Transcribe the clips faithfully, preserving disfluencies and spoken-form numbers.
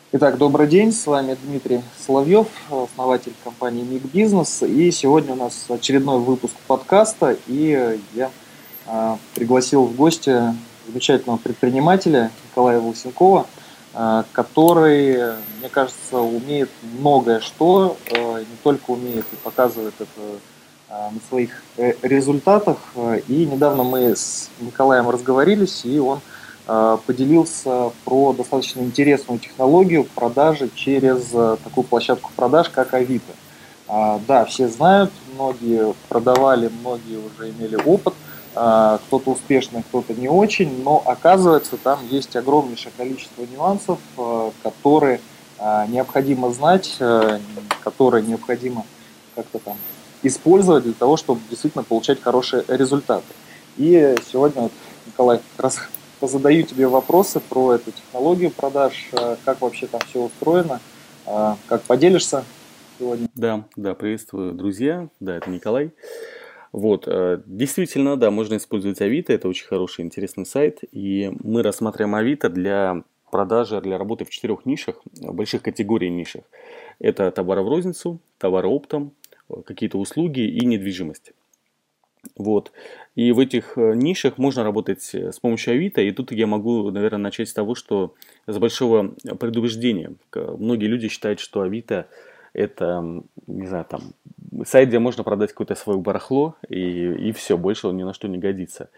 Итак, добрый день, с вами Дмитрий Соловьев, основатель компании Миг Бизнес. И сегодня у нас очередной выпуск подкаста, и я а, пригласил в гости замечательного предпринимателя Николая Волосенкова, а, который, мне кажется, умеет многое что, а, не только умеет и показывает это а, на своих э, результатах. И недавно мы с Николаем разговорились, и он а, поделился про достаточно интересную технологию продажи через а, такую площадку продаж, как Авито. А, Да, все знают, многие продавали, многие уже имели опыт, а, кто-то успешный, кто-то не очень, но оказывается, там есть огромнейшее количество нюансов, а, которые а, необходимо знать, а, которые необходимо как-то там использовать для того, чтобы действительно получать хорошие результаты. И сегодня вот, Николай, как раз позадаю тебе вопросы про эту технологию продаж, э, как вообще там все устроено, э, как поделишься сегодня. Да, да, приветствую, друзья. Да, это Николай. Вот, э, действительно, да, можно использовать Авито. Это очень хороший, интересный сайт. И мы рассматриваем Авито для продажи, для работы в четырех нишах, э, больших категорий нишах. Это товары в розницу, товары оптом, э, какие-то услуги и недвижимость. Вот. И в этих э, нишах можно работать э, с помощью Авито. И тут я могу, наверное, начать с того, что с большого предубеждения. К- Многие люди считают, что Авито это, м, не знаю, там, сайт, где можно продать какое-то свое барахло, и, и все, больше он ни на что не годится.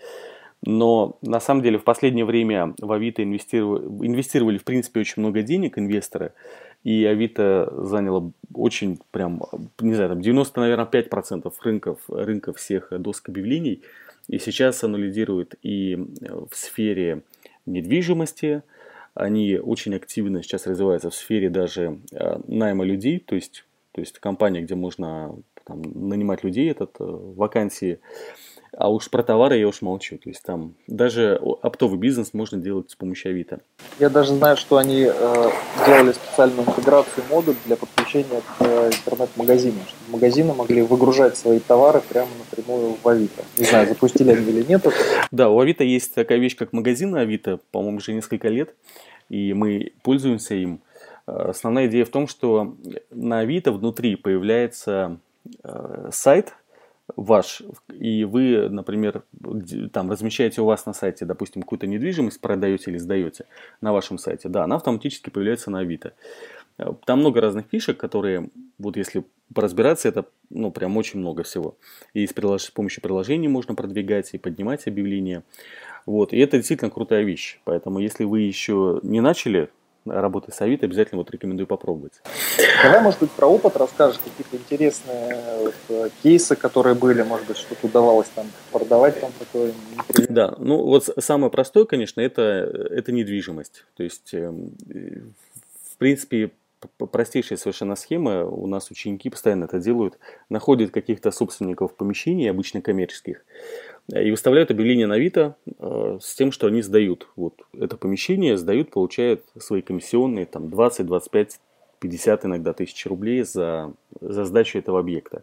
Но на самом деле в последнее время в Авито инвестировали, инвестировали в принципе очень много денег инвесторы, и Авито заняло очень прям, не знаю, там девяносто, наверное, пять процентов рынков, рынка всех досок объявлений. И сейчас оно лидирует и в сфере недвижимости, они очень активно сейчас развиваются в сфере даже э, найма людей, то есть, то есть компания, где можно там, нанимать людей, этот, э, вакансии. А уж про товары я уж молчу. То есть там даже о- оптовый бизнес можно делать с помощью Авито. Я даже знаю, что они э, сделали специальную интеграцию, модуль для подключения к э, интернет-магазинам, чтобы магазины могли выгружать свои товары прямо напрямую в Авито. Не знаю, запустили они или нет это. Да, у Авито есть такая вещь, как магазин Авито, по-моему, уже несколько лет, и мы пользуемся им. Э, Основная идея в том, что на Авито внутри появляется э, сайт ваш, и вы, например, где- там размещаете у вас на сайте, допустим, какую-то недвижимость, продаете или сдаете на вашем сайте, да, она автоматически появляется на Авито. Э, Там много разных фишек, которые, вот если поразбираться, это, ну, прям очень много всего. И с, прилож- с помощью приложений можно продвигать и поднимать объявления. Вот, и это действительно крутая вещь. Поэтому, если вы еще не начали работать с Авито, обязательно вот рекомендую попробовать. Давай, может быть, про опыт расскажешь, какие-то интересные э, вот, э, кейсы, которые были, может быть, что-то удавалось там продавать там такое непривычное. Да, ну вот с- самое простое, конечно, это, это недвижимость. То есть, эм, э, в принципе, п- п- простейшая совершенно схема, у нас ученики постоянно это делают, находят каких-то собственников помещений, обычно коммерческих, э, и выставляют объявление на Авито э, с тем, что они сдают. Вот это помещение сдают, получают свои комиссионные, там двадцать, двадцать пять, пятьдесят иногда тысяч рублей за, за сдачу этого объекта.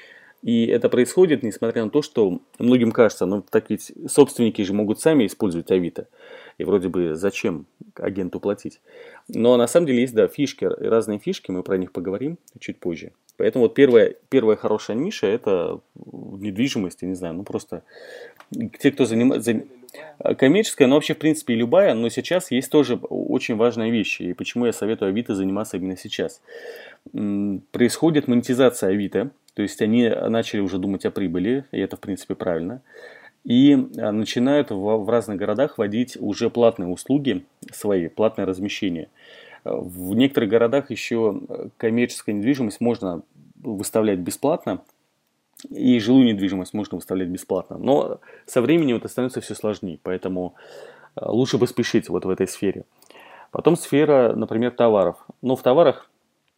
И это происходит, несмотря на то, что многим кажется, ну так ведь собственники же могут сами использовать Авито. И вроде бы зачем агенту платить. Но на самом деле есть, да, фишки, разные фишки, мы про них поговорим чуть позже. Поэтому вот первая, первая хорошая ниша это недвижимость, я не знаю, ну просто те, кто занимается... Коммерческая, но вообще, в принципе, и любая, но сейчас есть тоже очень важная вещь. И почему я советую Авито заниматься именно сейчас. М, Происходит монетизация Авито, то есть они начали уже думать о прибыли, и это, в принципе, правильно. И а, начинают в, в разных городах вводить уже платные услуги свои, платное размещение. Э, В некоторых городах еще э, коммерческая недвижимость можно выставлять бесплатно, и жилую недвижимость можно выставлять бесплатно. Но со временем это становится все сложнее, поэтому э, лучше бы спешить вот в этой сфере. Потом сфера, например, товаров. Но в товарах,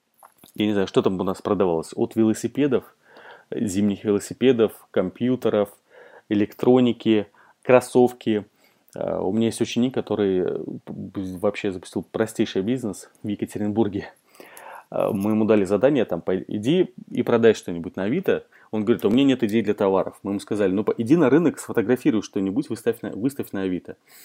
я не знаю, что там у нас продавалось, от велосипедов, зимних велосипедов, компьютеров, электроники, кроссовки. Э, У меня есть ученик, который э, вообще запустил простейший бизнес в Екатеринбурге. Э, Мы ему дали задание, там, иди и продай что-нибудь на Авито. Он говорит, у меня нет идей для товаров. Мы ему сказали, ну, иди на рынок, сфотографируй что-нибудь, выставь на, выставь на Авито.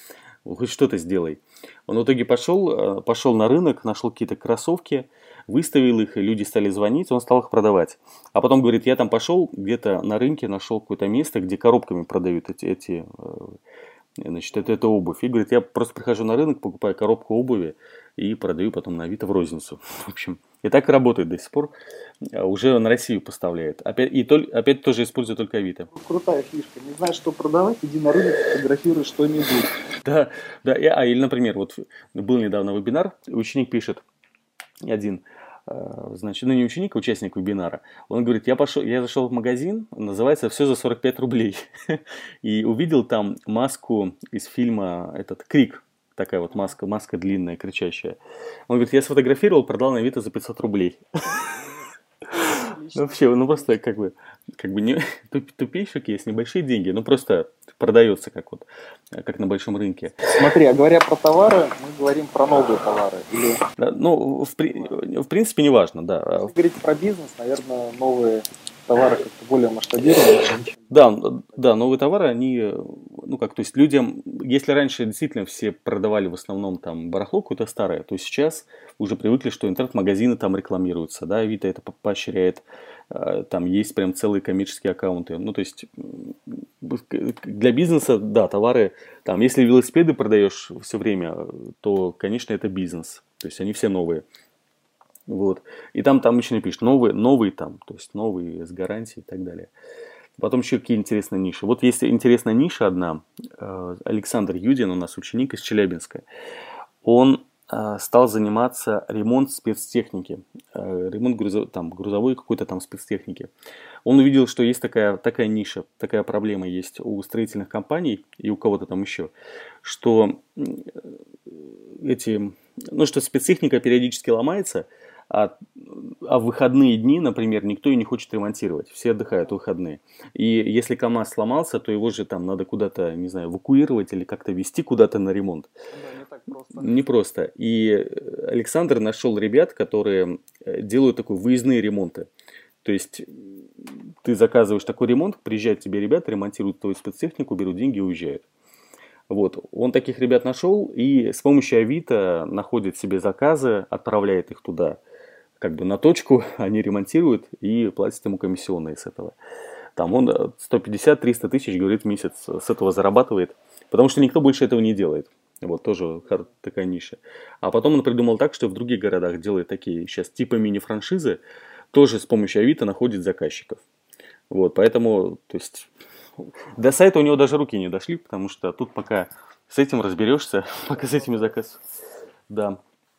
хоть что-то сделай. Он в итоге пошел, пошел на рынок, нашел какие-то кроссовки, выставил их, и люди стали звонить, он стал их продавать. А потом говорит, я там пошел где-то на рынке, нашел какое-то место, где коробками продают эти, эти значит, это, это обувь. И говорит, я просто прихожу на рынок, покупаю коробку обуви и продаю потом на Авито в розницу. В общем, и так и работает до сих пор. Уже на Россию поставляет. Опять, и толь, опять тоже использует только Авито. Крутая фишка. Не знаешь, что продавать, иди на рынок, фотографируй что-нибудь. Да, да. И, а, или, например, вот был недавно вебинар, ученик пишет, один, значит, ну не ученик, а участник вебинара. Он говорит, я пошел, я зашел в магазин, называется «Все за сорок пять рублей». И увидел там маску из фильма этот «Крик». Такая вот маска, маска длинная, кричащая. Он говорит, я сфотографировал, продал на Авито за пятьсот рублей. Ну, вообще, ну просто как бы, как бы не, тупейшик есть, небольшие деньги, но просто продается как вот, как на большом рынке. Смотри, а говоря про товары, мы говорим про новые товары. Или... Да, ну, в, в принципе, не важно, да. Если говорить про бизнес, наверное, новые товары как-то более масштабированы. Да, да, новые товары, они, ну как, то есть людям, если раньше действительно все продавали в основном там барахло какое-то старое, то сейчас уже привыкли, что интернет-магазины там рекламируются, да, Авито это поощряет, там есть прям целые коммерческие аккаунты, ну то есть для бизнеса, да, товары, там, если велосипеды продаешь все время, то, конечно, это бизнес, то есть они все новые. Вот. И там, там еще напишут новые, новые там, то есть новые с гарантией и так далее. Потом еще какие интересные ниши. Вот есть интересная ниша одна. Александр Юдин, у нас ученик из Челябинска. Он стал заниматься ремонт спецтехники. Ремонт грузов, там, грузовой какой-то там спецтехники. Он увидел, что есть такая, такая ниша, такая проблема есть у строительных компаний и у кого-то там еще, что эти, ну, что спецтехника периодически ломается, А, а в выходные дни, например, никто и не хочет ремонтировать. Все отдыхают в выходные. И если КАМАЗ сломался, то его же там надо куда-то, не знаю, эвакуировать или как-то везти куда-то на ремонт. Да, не так просто. Не просто. И Александр нашел ребят, которые делают такие выездные ремонты. То есть ты заказываешь такой ремонт, приезжают тебе ребята, ремонтируют твою спецтехнику, берут деньги и уезжают. Вот. Он таких ребят нашел и с помощью Авито находит себе заказы, отправляет их туда, как бы на точку, они ремонтируют и платят ему комиссионные с этого. Там он сто пятьдесят - триста тысяч, говорит, в месяц с этого зарабатывает, потому что никто больше этого не делает. Вот тоже такая ниша. А потом он придумал так, что в других городах делает такие сейчас типа мини-франшизы, тоже с помощью Авито находит заказчиков. Вот, поэтому, то есть, до сайта у него даже руки не дошли, потому что тут пока с этим разберешься, пока с этими заказами. Да.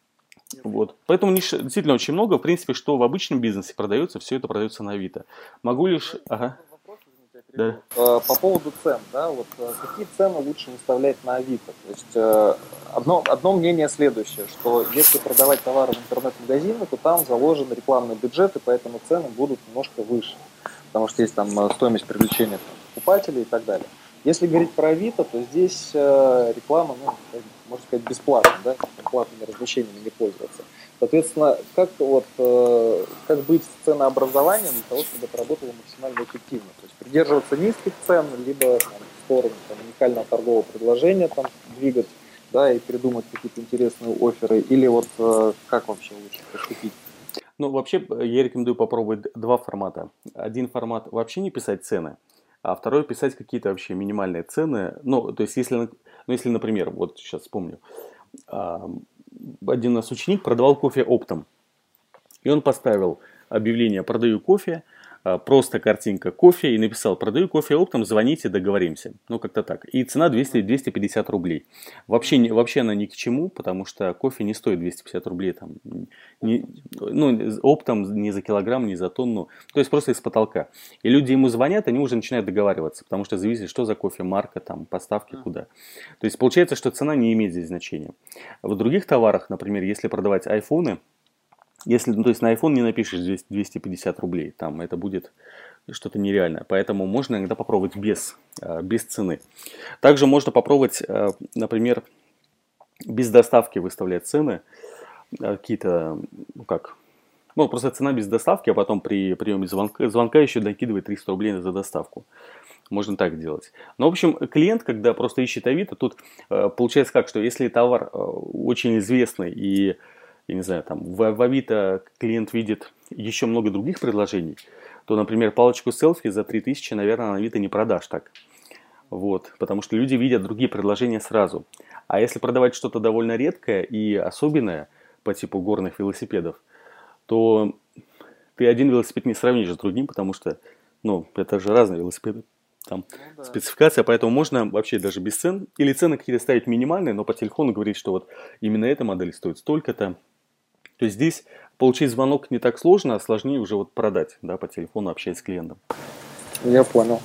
Вот. Поэтому ниш действительно очень много. В принципе, что в обычном бизнесе продается, все это продается на Авито. Могу лишь... Ага. Да. По поводу цен, да, вот какие цены лучше выставлять на Авито? То есть одно, одно мнение следующее, что если продавать товары в интернет-магазины, то там заложен рекламный бюджет, и поэтому цены будут немножко выше, потому что есть там стоимость привлечения там, покупателей и так далее. Если говорить про Авито, то здесь реклама, ну, можно сказать, бесплатная, да, платными размещениями не пользоваться. Соответственно, как, вот, э, как быть с ценообразованием для того, чтобы это работало максимально эффективно? То есть придерживаться низких цен, либо там, в сторону там, уникального торгового предложения там, двигать, да, и придумать какие-то интересные офферы, или вот э, как вообще лучше поступить? Ну, вообще, я рекомендую попробовать два формата. Один формат вообще не писать цены, а второй писать какие-то вообще минимальные цены. Ну, то есть, если, ну, если например, вот сейчас вспомню, один у нас ученик продавал кофе оптом. И он поставил объявление «Продаю кофе», просто картинка кофе и написал «Продаю кофе оптом, звоните, договоримся». Ну, как-то так. И цена двести - двести пятьдесят рублей. Вообще, вообще она ни к чему, потому что кофе не стоит двести пятьдесят рублей. Там, не, ну, оптом ни за килограмм, ни за тонну. То есть просто из потолка. И люди ему звонят, они уже начинают договариваться, потому что зависит, что за кофе, марка, там, поставки, куда. То есть получается, что цена не имеет здесь значения. В других товарах, например, если продавать айфоны, если, ну, то есть на iPhone не напишешь двести пятьдесят рублей, там это будет что-то нереальное. Поэтому можно иногда попробовать без, без цены. Также можно попробовать, например, без доставки выставлять цены. Какие-то, ну как, ну просто цена без доставки, а потом при приеме звонка, звонка еще докидывать триста рублей за доставку. Можно так делать. Но, в общем, клиент, когда просто ищет Авито, тут э, получается как, что если товар э, очень известный и, я не знаю, там в, в Авито клиент видит еще много других предложений, то, например, палочку селфи за три тысячи, наверное, на Авито не продашь так. Вот, потому что люди видят другие предложения сразу. А если продавать что-то довольно редкое и особенное по типу горных велосипедов, то ты один велосипед не сравнишь с другим, потому что, ну, это же разные велосипеды. Там Ну да. спецификация, поэтому можно вообще даже без цен, или цены какие-то ставить минимальные, но по телефону говорить, что вот именно эта модель стоит столько-то. То есть здесь получить звонок не так сложно, а сложнее уже вот продать, да, по телефону, общаясь с клиентом. Я понял.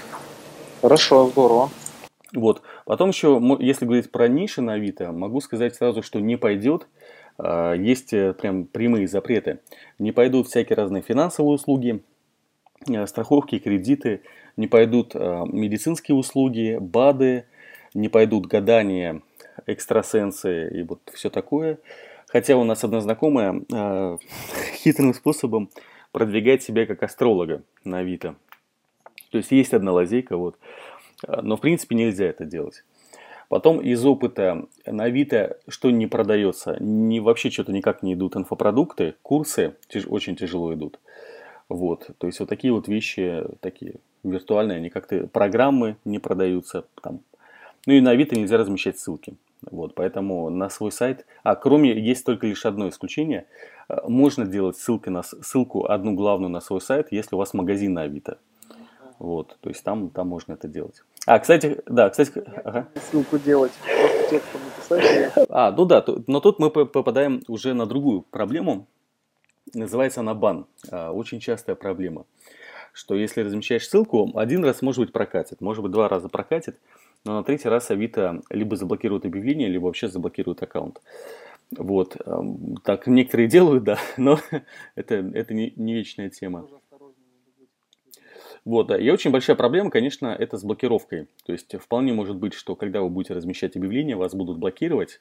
Хорошо, здорово. Вот. Потом еще, мо- если говорить про ниши на Авито, могу сказать сразу, что не пойдет. А, Есть э, прям прямые запреты. Не пойдут всякие разные финансовые услуги, э, страховки, кредиты, не пойдут э, медицинские услуги, БАДы, не пойдут гадания, экстрасенсы и вот все такое. Хотя у нас одна знакомая э, хитрым способом продвигает себя как астролога на Авито. То есть есть одна лазейка, вот. Э, Но в принципе нельзя это делать. Потом из опыта на Авито, что не продается, не, вообще что-то никак не идут инфопродукты, курсы тяж- очень тяжело идут. Вот, то есть вот такие вот вещи, такие виртуальные, они как-то, программы не продаются там. Ну и на Авито нельзя размещать ссылки. Вот, поэтому на свой сайт, а кроме, есть только лишь одно исключение, э, можно делать ссылки на, с- ссылку одну главную на свой сайт, если у вас магазин на Авито. Вот, то есть там, там можно это делать. А, кстати, да, кстати, ага. Ссылку делать, просто текстом написать. и- А, ну да, ту- но тут мы по- попадаем уже на другую проблему. Называется она бан. А, Очень частая проблема, что если размещаешь ссылку, один раз, может быть, прокатит, может быть, два раза прокатит, но на третий раз Авито либо заблокирует объявление, либо вообще заблокирует аккаунт. Вот. ам, Так некоторые делают, да, но это, это не, не вечная тема. Тоже осторожнее надо быть. Вот, да. И очень большая проблема, конечно, это с блокировкой. То есть вполне может быть, что когда вы будете размещать объявления, вас будут блокировать.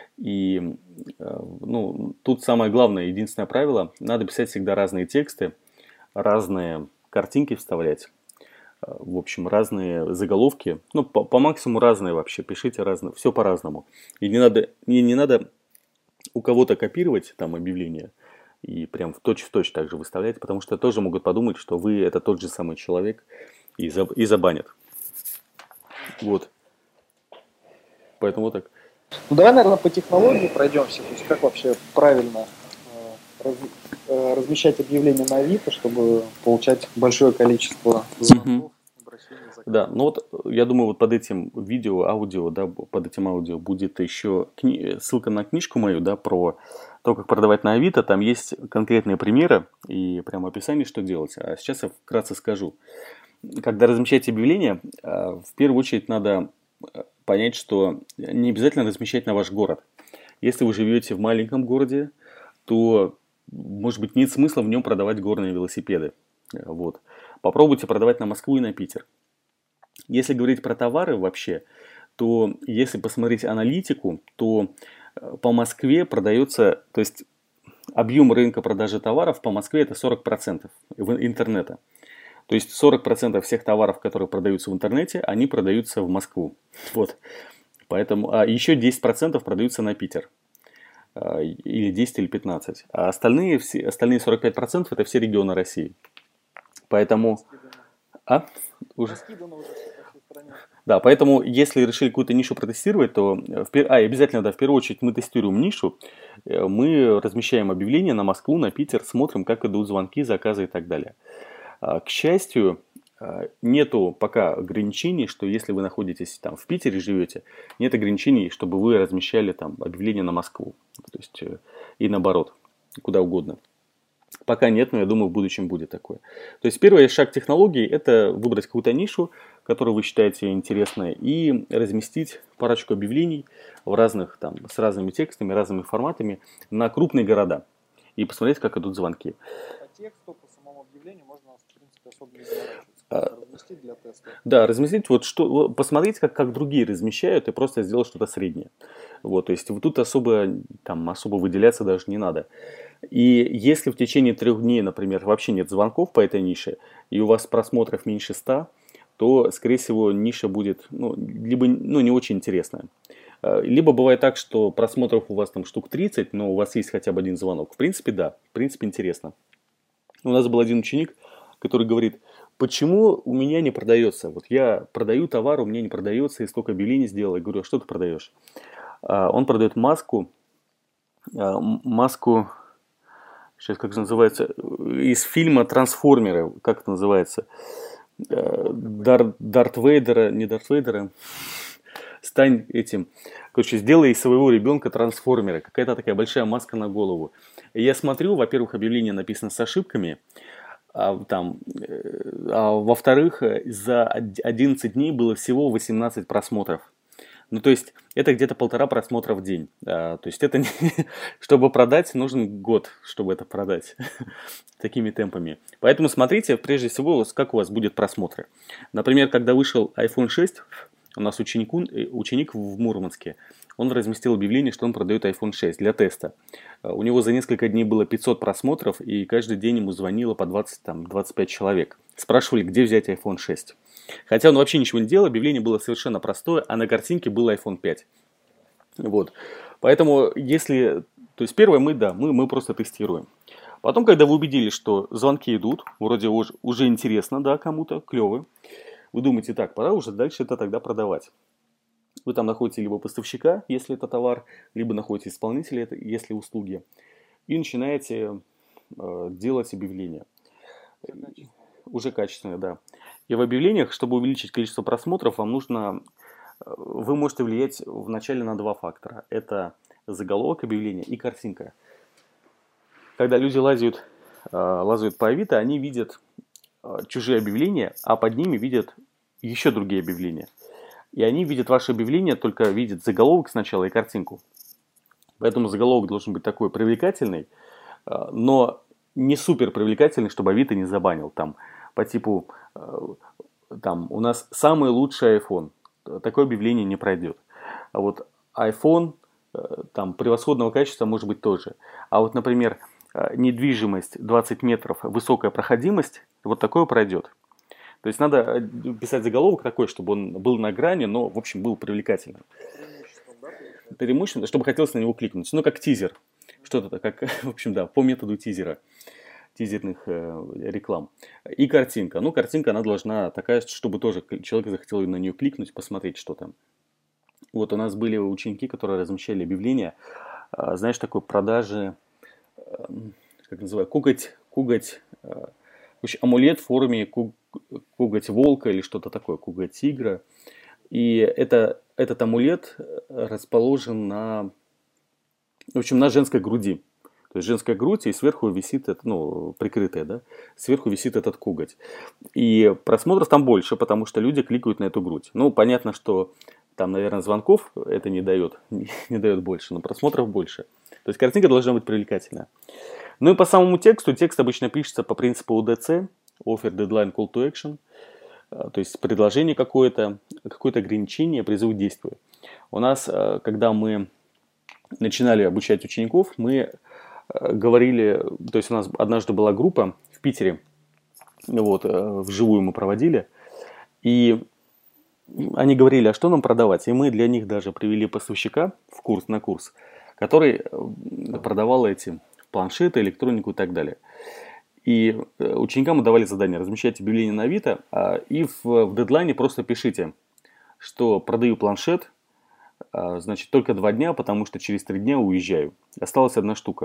И э, ну, тут самое главное, единственное правило, надо писать всегда разные тексты, разные картинки вставлять. э, В общем, разные заголовки. Ну, по, по максимуму разные вообще. Пишите разные. Все по-разному. И не надо, не, не надо у кого-то копировать там объявление и прям в точь-в-точь так же выставлять, потому что тоже могут подумать, что вы это тот же самый человек и, заб- и забанят. Вот. Поэтому вот так. Ну, давай, наверное, по технологии пройдемся. То есть как вообще правильно э, раз- э, размещать объявления на Авито, чтобы получать большое количество звонков, обращений, заказов. Да, ну вот э, я думаю, вот под этим видео, аудио, да, б- под этим аудио будет еще кни- ссылка на книжку мою, да, про то, как продавать на Авито. Там есть конкретные примеры и прямо описание, что делать. А сейчас я вкратце скажу. Когда размещаете объявление, э, в первую очередь надо э, понять, что не обязательно размещать на ваш город. Если вы живете в маленьком городе, то, может быть, нет смысла в нем продавать горные велосипеды. Э, Вот. Попробуйте продавать на Москву и на Питер. Если говорить про товары вообще, то если посмотреть аналитику, то э, по Москве продается, то есть объем рынка продажи товаров по Москве это сорок процентов в- интернета. То есть сорок процентов всех товаров, которые продаются в интернете, они продаются в Москву. Вот. Поэтому, а еще десять процентов продаются на Питер. А, Или десять или пятнадцать. А остальные, все, остальные сорок пять процентов это все регионы России. Поэтому... Раскидано. А? Уже. Раскидано уже всё по всей стране. Да, поэтому если решили какую-то нишу протестировать, то э, в пер- а, и обязательно, да, в первую очередь мы тестируем нишу, Э, мы размещаем объявления на Москву, на Питер, смотрим, как идут звонки, заказы и так далее. А, К счастью, а, нету пока ограничений, что если вы находитесь там в Питере, живете, нет ограничений, чтобы вы размещали там объявления на Москву. То есть э, и наоборот, куда угодно. Пока нет, но я думаю, в будущем будет такое. То есть первый шаг технологий – это выбрать какую-то нишу, которую вы считаете интересной, и разместить парочку объявлений в разных, там, с разными текстами, разными форматами на крупные города. И посмотреть, как идут звонки. По тексту, по самому объявлению можно, в принципе, особо не заморачиваться. А, Просто разместить для теста. Да, разместить, вот что, вот посмотреть, как, как другие размещают, и просто сделать что-то среднее. Вот, то есть вот тут особо, там, особо выделяться даже не надо. И если в течение трех дней, например, вообще нет звонков по этой нише, и у вас просмотров меньше ста, то, скорее всего, ниша будет, ну, либо, ну, не очень интересная. Либо бывает так, что просмотров у вас там штук тридцать, но у вас есть хотя бы один звонок. В принципе, да, в принципе, интересно. У нас был один ученик, который говорит: почему у меня не продается? Вот я продаю товар, у меня не продается, и столько объявлений сделал. Я говорю: а что ты продаешь? Он продает маску, маску, сейчас как же называется, из фильма «Трансформеры», как это называется? Дар, Дарт Вейдера, не Дарт Вейдера, стань этим, короче, сделай из своего ребенка трансформера, какая-то такая большая маска на голову. И я смотрю, во-первых, объявление написано с ошибками, а, там, а во-вторых, за одиннадцать дней было всего восемнадцать просмотров. Ну, то есть, это где-то полтора просмотра в день. А, то есть, это не, чтобы продать, нужен год, чтобы это продать такими темпами. Поэтому смотрите, прежде всего, как у вас будет просмотры. Например, когда вышел айфон шесть, у нас ученик, ученик в Мурманске, он разместил объявление, что он продает айфон шесть для теста. У него за несколько дней было пятьсот просмотров, и каждый день ему звонило по двадцать-двадцать пять человек. Спрашивали, где взять айфон шесть. Хотя он вообще ничего не делал, объявление было совершенно простое, а на картинке был айфон пять. Вот. Поэтому, если... То есть, первое, мы, да, мы, мы просто тестируем. Потом, когда вы убедились, что звонки идут, вроде уже, уже интересно, да, кому-то, клево, вы думаете: так, пора уже дальше это тогда продавать. Вы там находите либо поставщика, если это товар, либо находите исполнителя, если услуги, и начинаете э, делать объявления. Уже качественные, да. И в объявлениях, чтобы увеличить количество просмотров, вам нужно, вы можете влиять вначале на два фактора. Это заголовок объявления и картинка. Когда люди лазят, лазают по Авито, они видят чужие объявления, а под ними видят еще другие объявления. И они видят ваше объявление, только видят заголовок сначала и картинку. Поэтому заголовок должен быть такой привлекательный, но не супер привлекательный, чтобы Авито не забанил. Там по типу, там, у нас самый лучший iPhone. Такое объявление не пройдет. А вот iPhone там превосходного качества может быть тоже. А вот, например, недвижимость двадцать метров, высокая проходимость, вот такое пройдет. То есть надо писать заголовок такой, чтобы он был на грани, но, в общем, был привлекательным. Преимущественно, чтобы хотелось на него кликнуть. Ну, как тизер. Что-то как, в общем, да, по методу тизера. Тизерных э, реклам. И картинка. Ну, картинка, она должна такая, чтобы тоже человек захотел на нее кликнуть, посмотреть, что там. Вот у нас были ученики, которые размещали объявления, э, знаешь, такой продажи, э, как называют, коготь, коготь, э, амулет в форме ку, коготь волка или что-то такое, коготь тигра. И это, этот амулет расположен на, в общем, на женской груди. То есть женская грудь, и сверху висит, это, ну, прикрытая, да, сверху висит этот коготь. И просмотров там больше, потому что люди кликают на эту грудь. Ну, понятно, что там, наверное, звонков это не дает, не, не дает больше, но просмотров больше. То есть картинка должна быть привлекательная. Ну и по самому тексту, текст обычно пишется по принципу о дэ цэ, Offer, Deadline, Call to Action. То есть предложение какое-то, какое-то ограничение, призыв к действию. У нас, когда мы начинали обучать учеников, мы говорили, то есть у нас однажды была группа в Питере, вот, вживую мы проводили, и они говорили, а что нам продавать? И мы для них даже привели поставщика в курс, на курс, который продавал эти планшеты, электронику и так далее. И ученикам мы давали задание: размещать объявление на Авито, и в, в дедлайне просто пишите, что продаю планшет, значит, только два дня, потому что через три дня уезжаю. Осталась одна штука.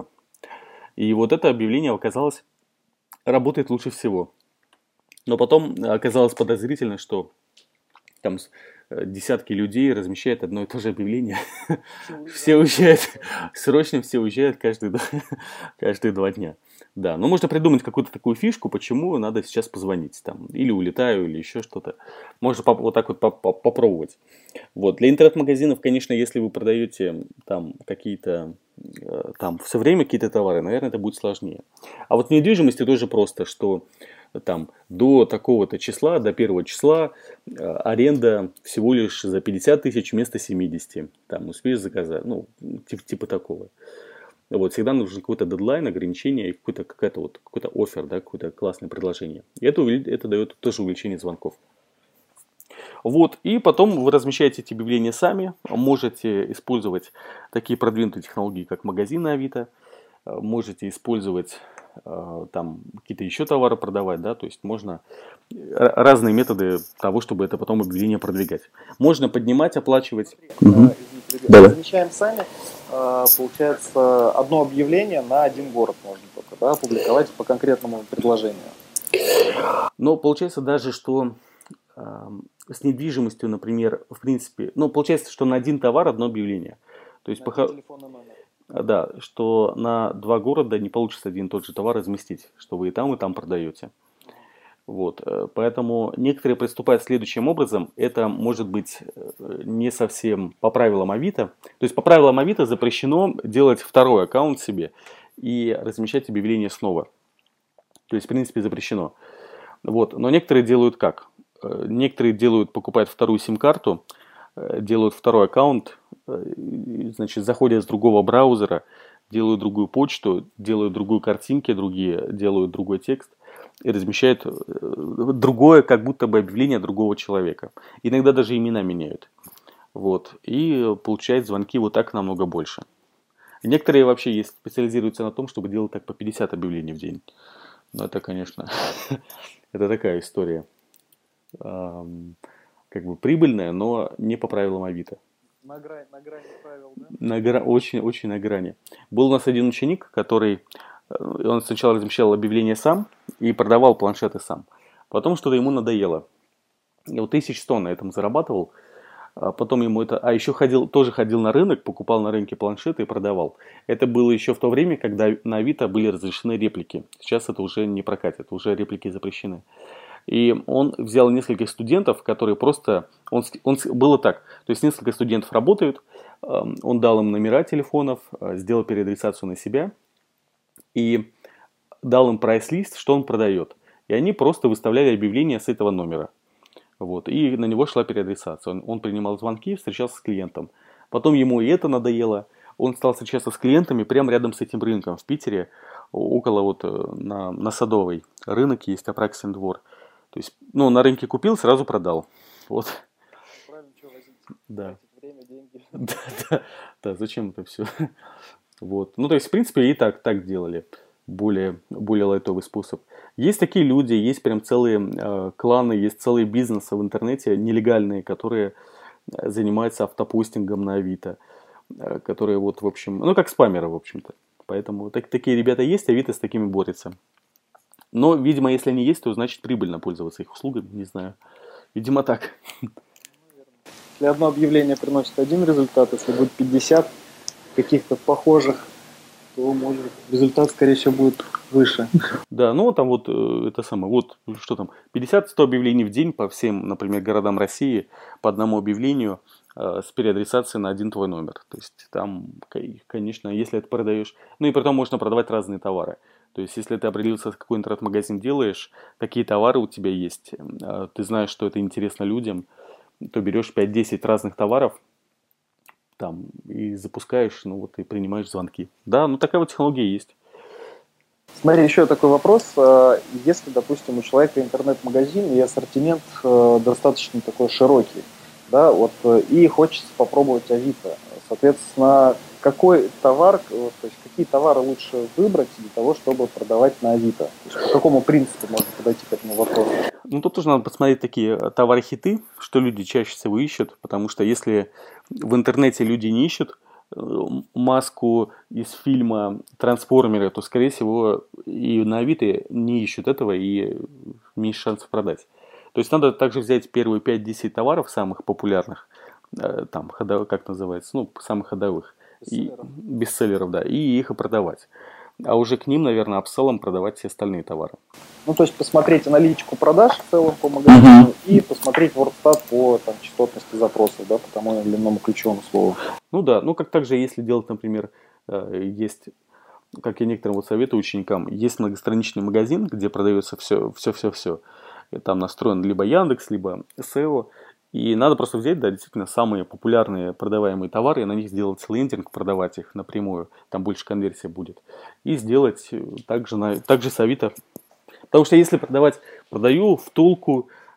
И вот это объявление оказалось, работает лучше всего. Но потом оказалось подозрительно, что там десятки людей размещают одно и то же объявление. Все уезжают, срочно все уезжают каждые, каждые два дня. Да, но можно придумать какую-то такую фишку, почему надо сейчас позвонить. Там, или улетаю, или еще что-то. Можно вот так вот попробовать. Вот. Для интернет-магазинов, конечно, если вы продаете там какие-то, там все время какие-то товары, наверное, это будет сложнее. А вот в недвижимости тоже просто, что там до такого-то числа, до первого числа аренда всего лишь за пятьдесят тысяч вместо семидесяти. Там успеешь заказать, ну, типа, типа такого. Вот, всегда нужен какой-то дедлайн, ограничение, какой-то, какой-то, вот, какой-то оффер, да, какое-то классное предложение. И это, это дает тоже увеличение звонков. Вот, и потом вы размещаете эти объявления сами, можете использовать такие продвинутые технологии, как магазины Авито, э, можете использовать э, там какие-то еще товары продавать, да, то есть можно р- разные методы того, чтобы это потом объявление продвигать. Можно поднимать, оплачивать. Мгм. Э, извините, ребят, Да-да. размещаем сами. Э, Получается, одно объявление на один город можно только, да, публиковать по конкретному предложению. Но получается даже, что ам, с недвижимостью, например, в принципе, ну, получается, что на один товар одно объявление. То есть, На один похо- телефонный номер. а, да, что на два города не получится один и тот же товар разместить, что вы и там, и там продаете. Вот, э, поэтому некоторые приступают следующим образом. Это может быть э, не совсем по правилам Авито. То есть по правилам Авито запрещено делать второй аккаунт себе и размещать объявление снова. То есть, в принципе, запрещено. Вот. Но некоторые делают как? Э, Некоторые делают, покупают вторую сим-карту, э, делают второй аккаунт, э, и, значит, заходят с другого браузера, делают другую почту, делают другую картинки, другие, делают другой текст и размещают э, другое, как будто бы объявление другого человека. Иногда даже имена меняют. Вот. И получают звонки вот так намного больше. Некоторые вообще есть, специализируются на том, чтобы делать так по пятьдесят объявлений в день. Но это, конечно, это такая история. ам, Как бы прибыльная, но не по правилам Авито. На грани, на грани правил, да? На гра- очень, очень на грани. Был у нас один ученик, который, э, он сначала размещал объявления сам и продавал планшеты сам. Потом что-то ему надоело. И вот тысяч сто на этом зарабатывал. А потом ему это... А еще ходил, тоже ходил на рынок, покупал на рынке планшеты и продавал. Это было еще в то время, когда на Авито были разрешены реплики. Сейчас это уже не прокатит, уже реплики запрещены. И он взял нескольких студентов, которые просто... Он, с- он, с- было так, то есть несколько студентов работают, эм, он дал им номера телефонов, э, сделал переадресацию на себя и дал им прайс-лист, что он продает. И они просто выставляли объявление с этого номера. Вот, и на него шла переадресация. Он, он принимал звонки, встречался с клиентом. Потом ему и это надоело. Он стал встречаться с клиентами прямо рядом с этим рынком в Питере, о- около вот э, на, на Садовой. Рынок есть, Апраксин двор. То есть, ну, на рынке купил, сразу продал. Вот, Правильно, что возить? да. Тратить время, деньги. Да, да, да, зачем это все? Вот. Ну, то есть, в принципе, и так, так делали. Более, более лайтовый способ. Есть такие люди, есть прям целые э, кланы, есть целые бизнесы в интернете нелегальные, которые э, занимаются автопостингом на Авито. э, Которые вот, в общем, ну, как спамеры, в общем-то. Поэтому так, такие ребята есть, Авито с такими борется. Но, видимо, если они есть, то значит прибыльно пользоваться их услугами, не знаю. Видимо, так. Если одно объявление приносит один результат, если будет пятьдесят каких-то похожих, то может результат, скорее всего, будет выше. Да, ну там вот э, это самое, вот что там, пятьдесят-сто объявлений в день по всем, например, городам России, по одному объявлению э, с переадресацией на один твой номер. То есть там, ко- конечно, если это продаешь, ну и потом можно продавать разные товары. То есть если ты определился, какой интернет-магазин делаешь, какие товары у тебя есть, э, ты знаешь, что это интересно людям, то берешь пять-десять разных товаров там и запускаешь, ну вот и принимаешь звонки. Да, ну такая вот технология есть. Смотри, еще такой вопрос. Э, Если, допустим, у человека интернет-магазин и ассортимент э, достаточно такой широкий, да, вот, э, и хочется попробовать Авито, соответственно, какой товар, э, вот, то есть какие товары лучше выбрать для того, чтобы продавать на Авито? То есть по какому принципу можно подойти к этому вопросу? Ну, тут тоже надо посмотреть такие э, товары-хиты, что люди чаще всего ищут, потому что если в интернете люди не ищут э, маску из фильма «Трансформеры», то, скорее всего, и на Авито не ищут этого, и меньше шансов продать. То есть надо также взять первые пять-десять товаров самых популярных, э, там, ходов- как называется, ну, самых ходовых, и, Бестселлеров. бестселлеров, да, и их и продавать. А уже к ним, наверное, апселлом продавать все остальные товары. Ну, то есть посмотреть аналитику продаж в целом по магазину и посмотреть WordStat по там, частотности запросов, да, по тому или иному ключевому слову. Ну да, ну как также, если делать, например, э, есть, как я некоторым вот советую ученикам, есть многостраничный магазин, где продается все, все, все, все. Там настроен либо Яндекс, либо сео. И надо просто взять, да, действительно, самые популярные продаваемые товары, и на них сделать лендинг, продавать их напрямую, там больше конверсия будет. И сделать э, также, на, также с Авито. Потому что если продавать, продаю втулку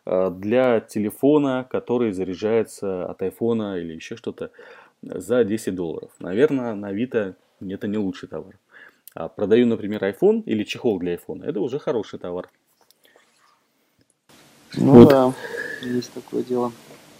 для телефона, который заряжается от айфона или еще что-то за десять долларов. Наверное, на Авито это не лучший товар. А продаю, например, iPhone или чехол для iPhone. Это уже хороший товар. Ну вот. Да, есть такое дело.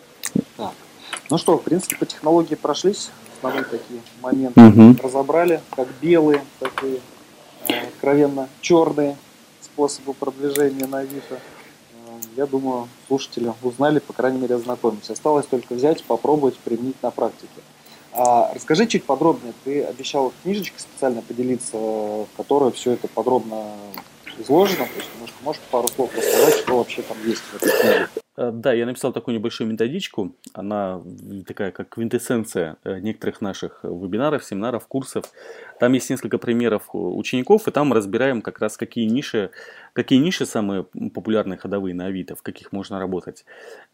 Так. Ну что, в принципе, по технологии прошлись. Основные такие моменты угу. разобрали, как белые, так и э, откровенно черные способы продвижения на Авито. Э, я думаю, слушатели узнали, по крайней мере, ознакомились. Осталось только взять, попробовать, применить на практике. А, расскажи чуть подробнее. Ты обещал книжечкой специально поделиться, в которой все это подробно изложено. То есть, может, можешь пару слов рассказать, что вообще там есть в этой книге? Да, я написал такую небольшую методичку. Она такая, как квинтэссенция некоторых наших вебинаров, семинаров, курсов. Там есть несколько примеров учеников, и там мы разбираем как раз, какие ниши, какие ниши самые популярные ходовые на Авито, в каких можно работать.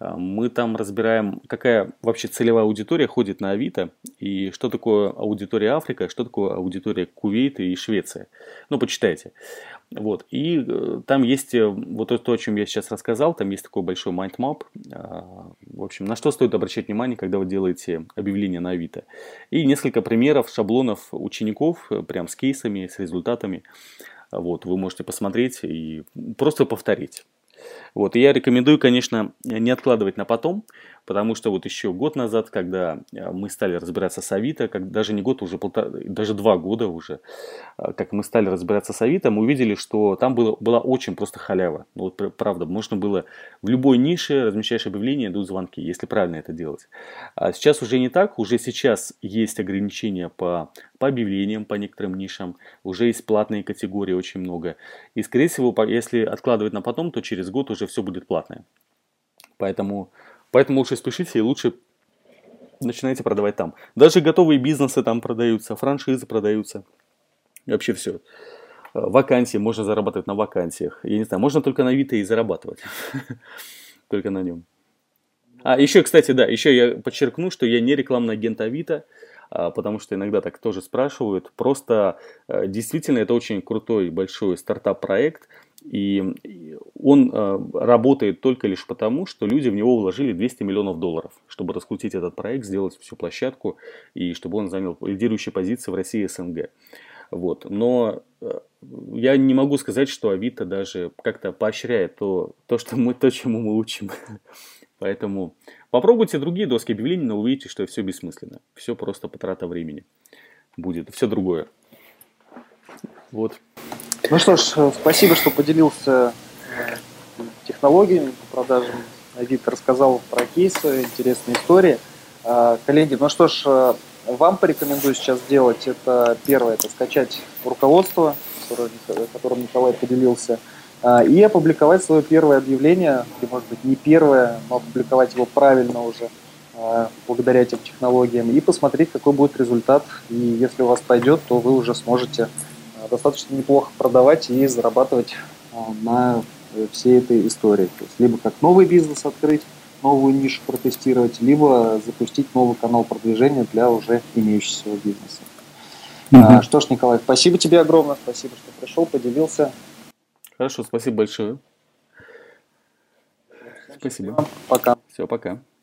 Мы там разбираем, какая вообще целевая аудитория ходит на Авито, и что такое аудитория Африка, что такое аудитория Кувейта и Швеция. Ну, почитайте. Вот. И э, там есть э, вот то, о чем я сейчас рассказал, там есть такой большой майндмап. Э, в общем, на что стоит обращать внимание, когда вы делаете объявление на Авито. И несколько примеров, шаблонов учеников, э, прям с кейсами, с результатами. Вот, вы можете посмотреть и просто повторить. Вот, и я рекомендую, конечно, не откладывать на потом, потому что вот еще год назад, когда мы стали разбираться с Авито, как даже не год, уже полтора, даже два года уже, как мы стали разбираться с Авито, мы увидели, что там было, была очень просто халява. Ну, вот правда, можно было в любой нише размещаешь объявление, идут звонки, если правильно это делать. А сейчас уже не так, уже сейчас есть ограничения по, по объявлениям, по некоторым нишам, уже есть платные категории очень много. И, скорее всего, если откладывать на потом, то через год уже все будет платное. Поэтому, поэтому лучше спешите и лучше начинайте продавать там. Даже готовые бизнесы там продаются, франшизы продаются. Вообще все. Вакансии, можно зарабатывать на вакансиях. Я не знаю, можно только на Авито и зарабатывать. Только на нем. А, еще, кстати, да, еще я подчеркну, что я не рекламный агент Авито, потому что иногда так тоже спрашивают. Просто действительно это очень крутой большой стартап-проект. И он э, работает только лишь потому, что люди в него вложили двести миллионов долларов, чтобы раскрутить этот проект, сделать всю площадку и чтобы он занял лидирующие позиции в России и СНГ. Вот. Но э, я не могу сказать, что Авито даже как-то поощряет то, то, что мы, то, чему мы учим. Поэтому попробуйте другие доски объявлений, но увидите, что все бессмысленно. Все просто потрата времени будет. Все другое. Вот. Ну что ж, спасибо, что поделился технологиями по продажам Авито, рассказал про кейсы, интересные истории. Коллеги, ну что ж, вам порекомендую сейчас сделать это первое, это скачать руководство, которым Николай поделился, и опубликовать свое первое объявление, или может быть не первое, но опубликовать его правильно уже благодаря этим технологиям и посмотреть, какой будет результат. И если у вас пойдет, то вы уже сможете достаточно неплохо продавать и зарабатывать на всей этой истории. То есть либо как новый бизнес открыть, новую нишу протестировать, либо запустить новый канал продвижения для уже имеющегося бизнеса. Угу. А, что ж, Николай, спасибо тебе огромное, спасибо, что пришел, поделился. Хорошо, спасибо большое. Всем спасибо. Счастливо. Пока. Все, пока.